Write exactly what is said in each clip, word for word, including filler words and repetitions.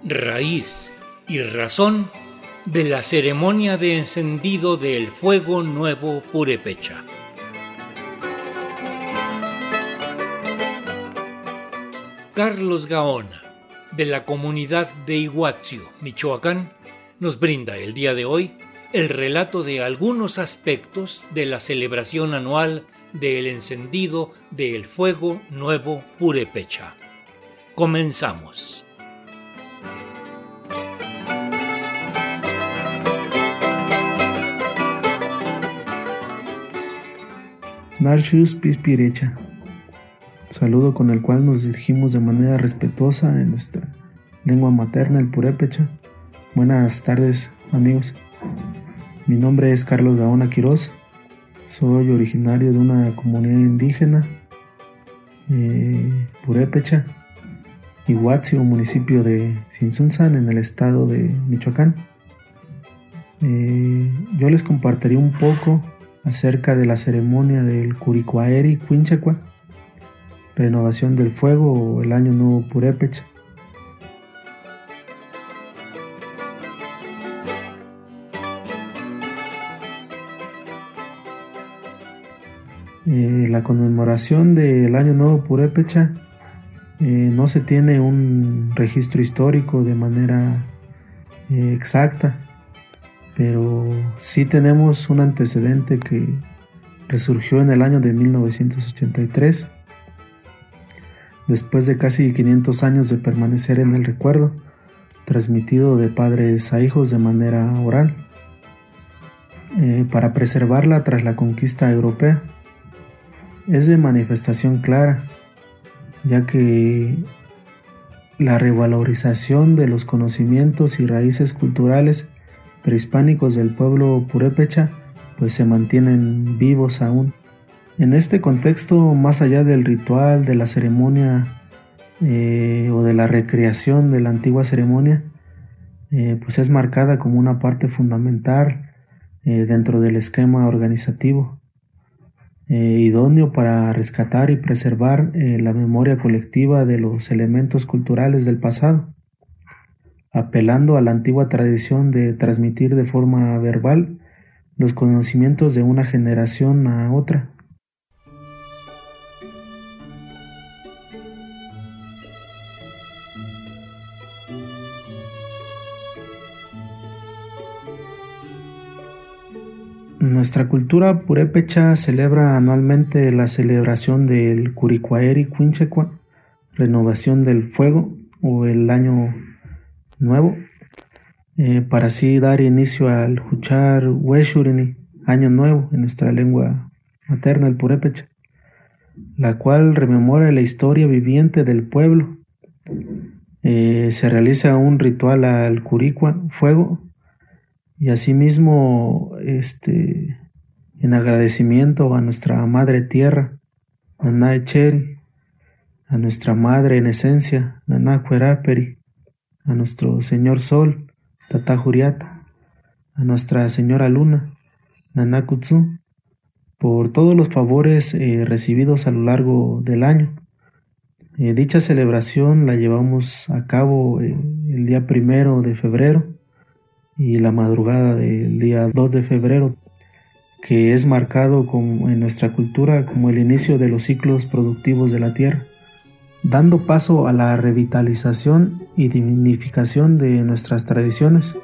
raíz y razón de la ceremonia de encendido del Fuego Nuevo Purépecha. Carlos Gaona, de la comunidad de Iguazio, Michoacán, nos brinda el día de hoy el relato de algunos aspectos de la celebración anual del encendido del Fuego Nuevo Purépecha. Comenzamos. Marchus Pispirecha, saludo con el cual nos dirigimos de manera respetuosa en nuestra lengua materna, el purépecha. Buenas tardes, amigos. Mi nombre es Carlos Gaona Quiroz. Soy originario de una comunidad indígena eh, purépecha, Iguazio, municipio de Tzintzuntzan, en el estado de Michoacán. Eh, yo les compartiré un poco acerca de la ceremonia del Curicuaeri Quinchecua, renovación del fuego o el Año Nuevo Purépecha. Eh, la conmemoración del Año Nuevo Purépecha eh, no se tiene un registro histórico de manera eh, exacta, pero sí tenemos un antecedente que resurgió en el año de mil novecientos ochenta y tres, después de casi quinientos años de permanecer en el recuerdo, transmitido de padres a hijos de manera oral, eh, para preservarla tras la conquista europea. Es de manifestación clara, ya que la revalorización de los conocimientos y raíces culturales prehispánicos del pueblo purépecha pues se mantienen vivos aún. En este contexto, más allá del ritual, de la ceremonia eh, o de la recreación de la antigua ceremonia, eh, pues es marcada como una parte fundamental eh, dentro del esquema organizativo, eh, idóneo para rescatar y preservar eh, la memoria colectiva de los elementos culturales del pasado, apelando a la antigua tradición de transmitir de forma verbal los conocimientos de una generación a otra. Nuestra cultura purépecha celebra anualmente la celebración del Curicuaeri Quinchecua, renovación del fuego o el Año Nuevo, eh, para así dar inicio al Huchar Hueshurini, Año Nuevo, en nuestra lengua materna, el purépecha, la cual rememora la historia viviente del pueblo. Eh, se realiza un ritual al Curicua, fuego, y asimismo este, en agradecimiento a nuestra madre tierra, Naná Echeri, a nuestra madre en esencia, Naná Cueraperi, a nuestro señor Sol, Tata Juriata, a nuestra señora Luna, Naná Kutsu, por todos los favores eh, recibidos a lo largo del año. Eh, dicha celebración la llevamos a cabo eh, el día primero de febrero y la madrugada del día dos de febrero, que es marcado como, en nuestra cultura como el inicio de los ciclos productivos de la tierra, dando paso a la revitalización y dignificación de nuestras tradiciones.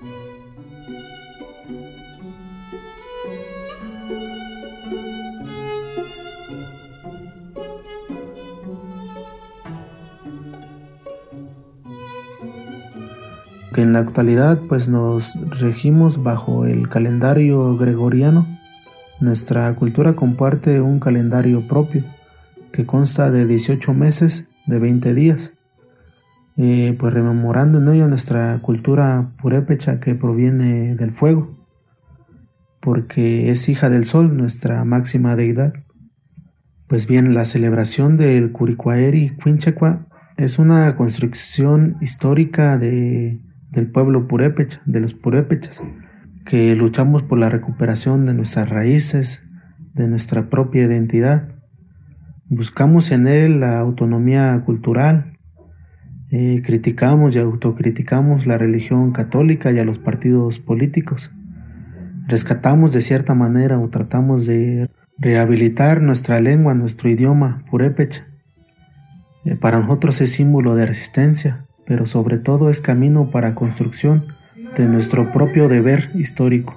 Que en la actualidad pues nos regimos bajo el calendario gregoriano, nuestra cultura comparte un calendario propio que consta de dieciocho meses de veinte días, eh, pues rememorando en ello nuestra cultura purépecha que proviene del fuego, porque es hija del sol, nuestra máxima deidad. Pues bien, la celebración del Curicuaeri Quinchecua es una construcción histórica de, del pueblo purépecha, de los purépechas, que luchamos por la recuperación de nuestras raíces, de nuestra propia identidad. Buscamos en él la autonomía cultural, Eh, criticamos y autocriticamos la religión católica y a los partidos políticos. Rescatamos de cierta manera o tratamos de rehabilitar nuestra lengua, nuestro idioma purépecha. Eh, para nosotros es símbolo de resistencia, pero sobre todo es camino para construcción de nuestro propio deber histórico.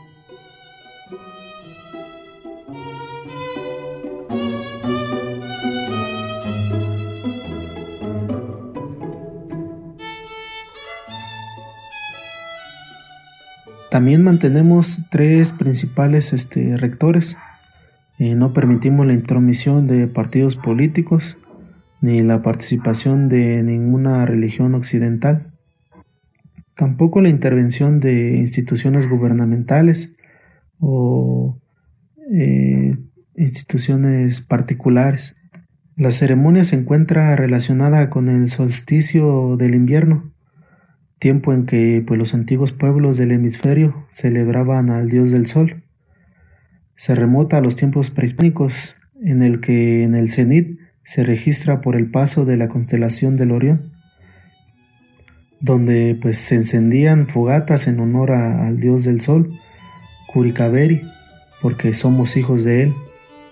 También mantenemos tres principales este, rectores. Eh, no permitimos la intromisión de partidos políticos ni la participación de ninguna religión occidental. Tampoco la intervención de instituciones gubernamentales o eh, instituciones particulares. La ceremonia se encuentra relacionada con el solsticio del invierno, tiempo en que pues, los antiguos pueblos del hemisferio celebraban al dios del sol. Se remota a los tiempos prehispánicos, en el que en el cenit se registra por el paso de la constelación del Orión, donde pues, se encendían fogatas en honor a, al dios del sol, Curicaberri, porque somos hijos de él.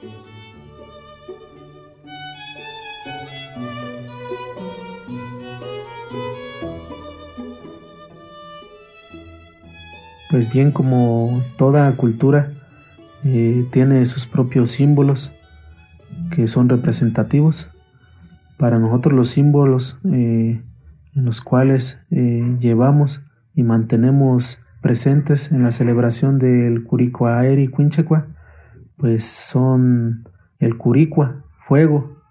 Pues bien, como toda cultura eh, tiene sus propios símbolos que son representativos. Para nosotros los símbolos eh, en los cuales eh, llevamos y mantenemos presentes en la celebración del Curicuaeri Quinchecua, pues son el curicua, fuego,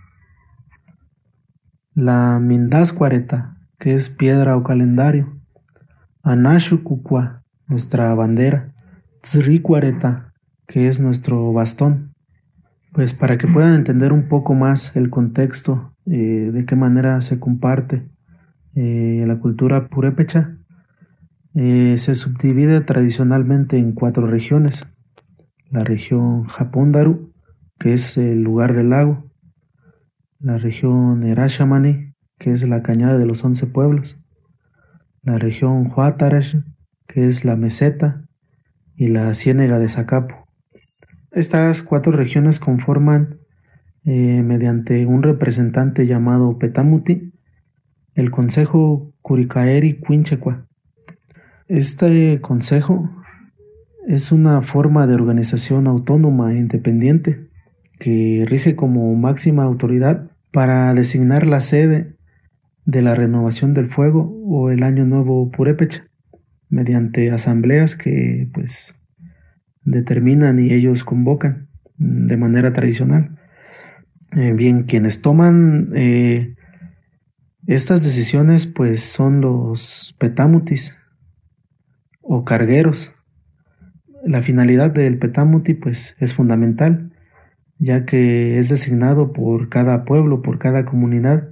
la mindáscuareta, que es piedra o calendario, Anashucucua, nuestra bandera, Tzricuareta, que es nuestro bastón. Pues para que puedan entender un poco más el contexto, eh, de qué manera se comparte eh, la cultura purépecha, eh, se subdivide tradicionalmente en cuatro regiones. La región Japóndaru, que es el lugar del lago, la región Erashamani, que es la cañada de los once pueblos, la región Huatarash, que es la meseta, y la ciénega de Zacapo. Estas cuatro regiones conforman, eh, mediante un representante llamado Petamuti, el Consejo Curicaeri Quinchecua. Este consejo es una forma de organización autónoma e independiente que rige como máxima autoridad para designar la sede de la renovación del fuego o el Año Nuevo Purépecha, mediante asambleas que pues determinan y ellos convocan de manera tradicional. Eh, bien, quienes toman eh, estas decisiones pues son los petamutis o cargueros. La finalidad del petamuti pues es fundamental, ya que es designado por cada pueblo, por cada comunidad.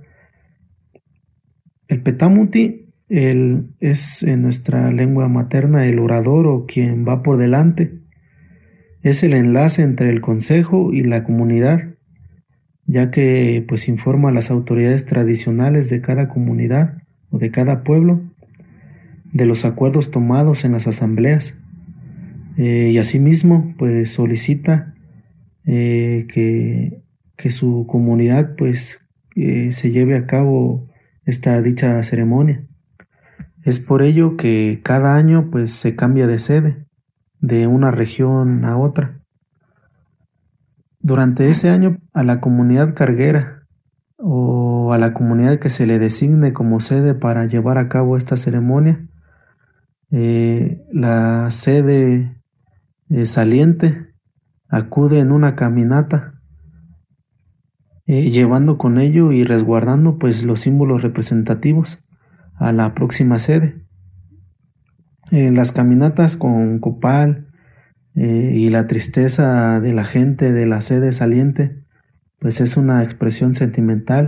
El petamuti el, es en nuestra lengua materna el orador o quien va por delante. Es el enlace entre el consejo y la comunidad, ya que pues informa a las autoridades tradicionales de cada comunidad o de cada pueblo de los acuerdos tomados en las asambleas, eh, y asimismo pues solicita eh, que, que su comunidad pues eh, se lleve a cabo esta dicha ceremonia. Es por ello que cada año pues se cambia de sede de una región a otra. Durante ese año, a la comunidad carguera o a la comunidad que se le designe como sede para llevar a cabo esta ceremonia, eh, la sede eh, saliente acude en una caminata, eh, llevando con ello y resguardando pues los símbolos representativos a la próxima sede. Eh, las caminatas con copal eh, y la tristeza de la gente de la sede saliente, pues es una expresión sentimental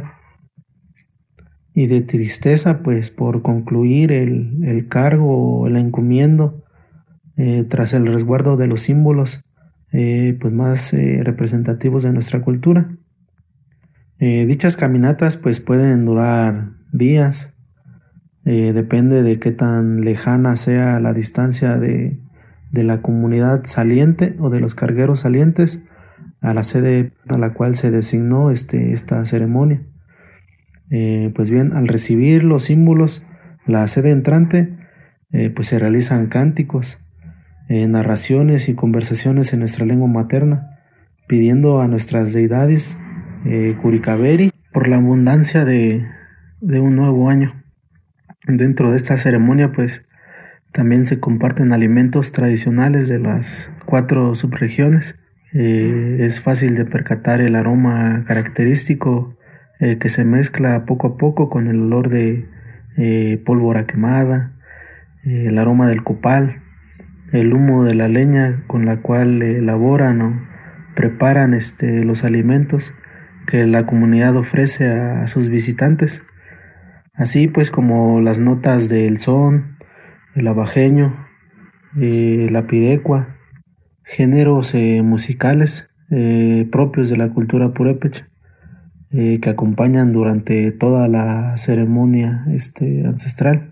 y de tristeza, pues por concluir el, el cargo o el encomiendo eh, tras el resguardo de los símbolos eh, pues más eh, representativos de nuestra cultura. Eh, dichas caminatas pues pueden durar días. Eh, depende de qué tan lejana sea la distancia de, de la comunidad saliente o de los cargueros salientes a la sede a la cual se designó este, esta ceremonia. Eh, pues bien, al recibir los símbolos, la sede entrante, eh, pues se realizan cánticos, eh, narraciones y conversaciones en nuestra lengua materna, pidiendo a nuestras deidades eh, Curicaveri por la abundancia de, de un nuevo año. Dentro de esta ceremonia, pues también se comparten alimentos tradicionales de las cuatro subregiones. Eh, es fácil de percatar el aroma característico eh, que se mezcla poco a poco con el olor de eh, pólvora quemada, eh, el aroma del copal, el humo de la leña con la cual elaboran o preparan este, los alimentos que la comunidad ofrece a, a sus visitantes. Así pues como las notas del son, el abajeño, eh, la pirecua, géneros eh, musicales eh, propios de la cultura purépecha eh, que acompañan durante toda la ceremonia este, ancestral.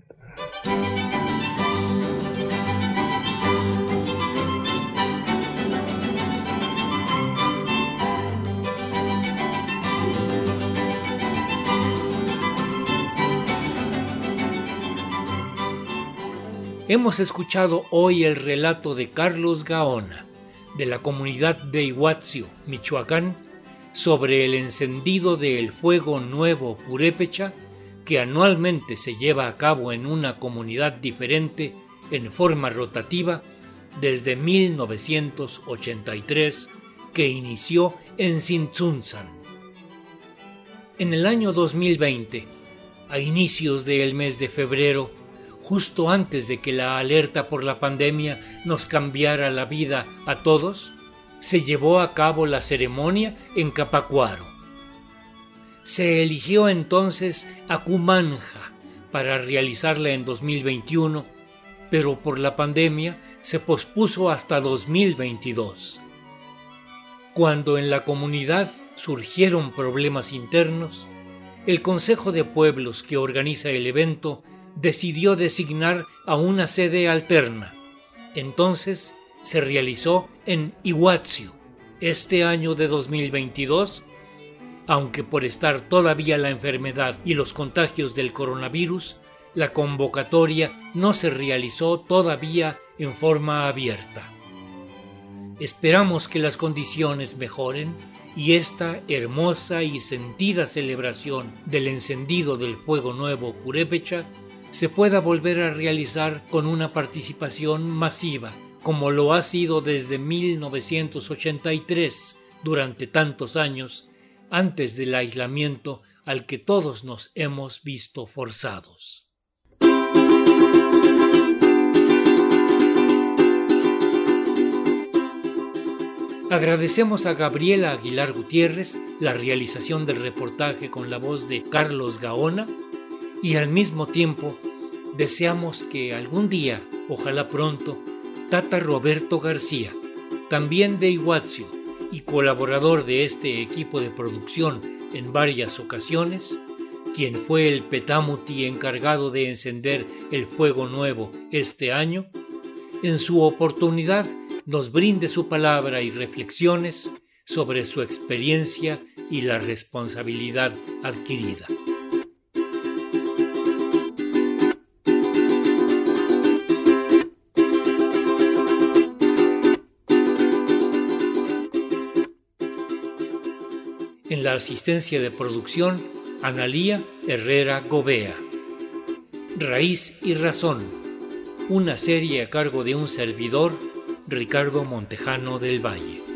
Hemos escuchado hoy el relato de Carlos Gaona, de la comunidad de Iguazio, Michoacán, sobre el encendido del Fuego Nuevo Purépecha, que anualmente se lleva a cabo en una comunidad diferente en forma rotativa desde mil novecientos ochenta y tres, que inició en Tzintzuntzan. En el año dos mil veinte, a inicios del mes de febrero, justo antes de que la alerta por la pandemia nos cambiara la vida a todos, se llevó a cabo la ceremonia en Capacuaro. Se eligió entonces a Cumanja para realizarla en dos mil veintiuno, pero por la pandemia se pospuso hasta dos mil veintidós. Cuando en la comunidad surgieron problemas internos, el Consejo de Pueblos que organiza el evento decidió designar a una sede alterna. Entonces se realizó en Iguazio este año de dos mil veintidós, aunque por estar todavía la enfermedad y los contagios del coronavirus, la convocatoria no se realizó todavía en forma abierta. Esperamos que las condiciones mejoren y esta hermosa y sentida celebración del encendido del Fuego Nuevo Purépecha se pueda volver a realizar con una participación masiva, como lo ha sido desde mil novecientos ochenta y tres, durante tantos años, antes del aislamiento al que todos nos hemos visto forzados. Agradecemos a Gabriela Aguilar Gutiérrez la realización del reportaje con la voz de Carlos Gaona, y al mismo tiempo deseamos que algún día, ojalá pronto, Tata Roberto García, también de Iguazio y colaborador de este equipo de producción en varias ocasiones, quien fue el petamuti encargado de encender el Fuego Nuevo este año, en su oportunidad nos brinde su palabra y reflexiones sobre su experiencia y la responsabilidad adquirida. En la asistencia de producción, Analía Herrera Gobea. Raíz y Razón, una serie a cargo de un servidor, Ricardo Montejano del Valle.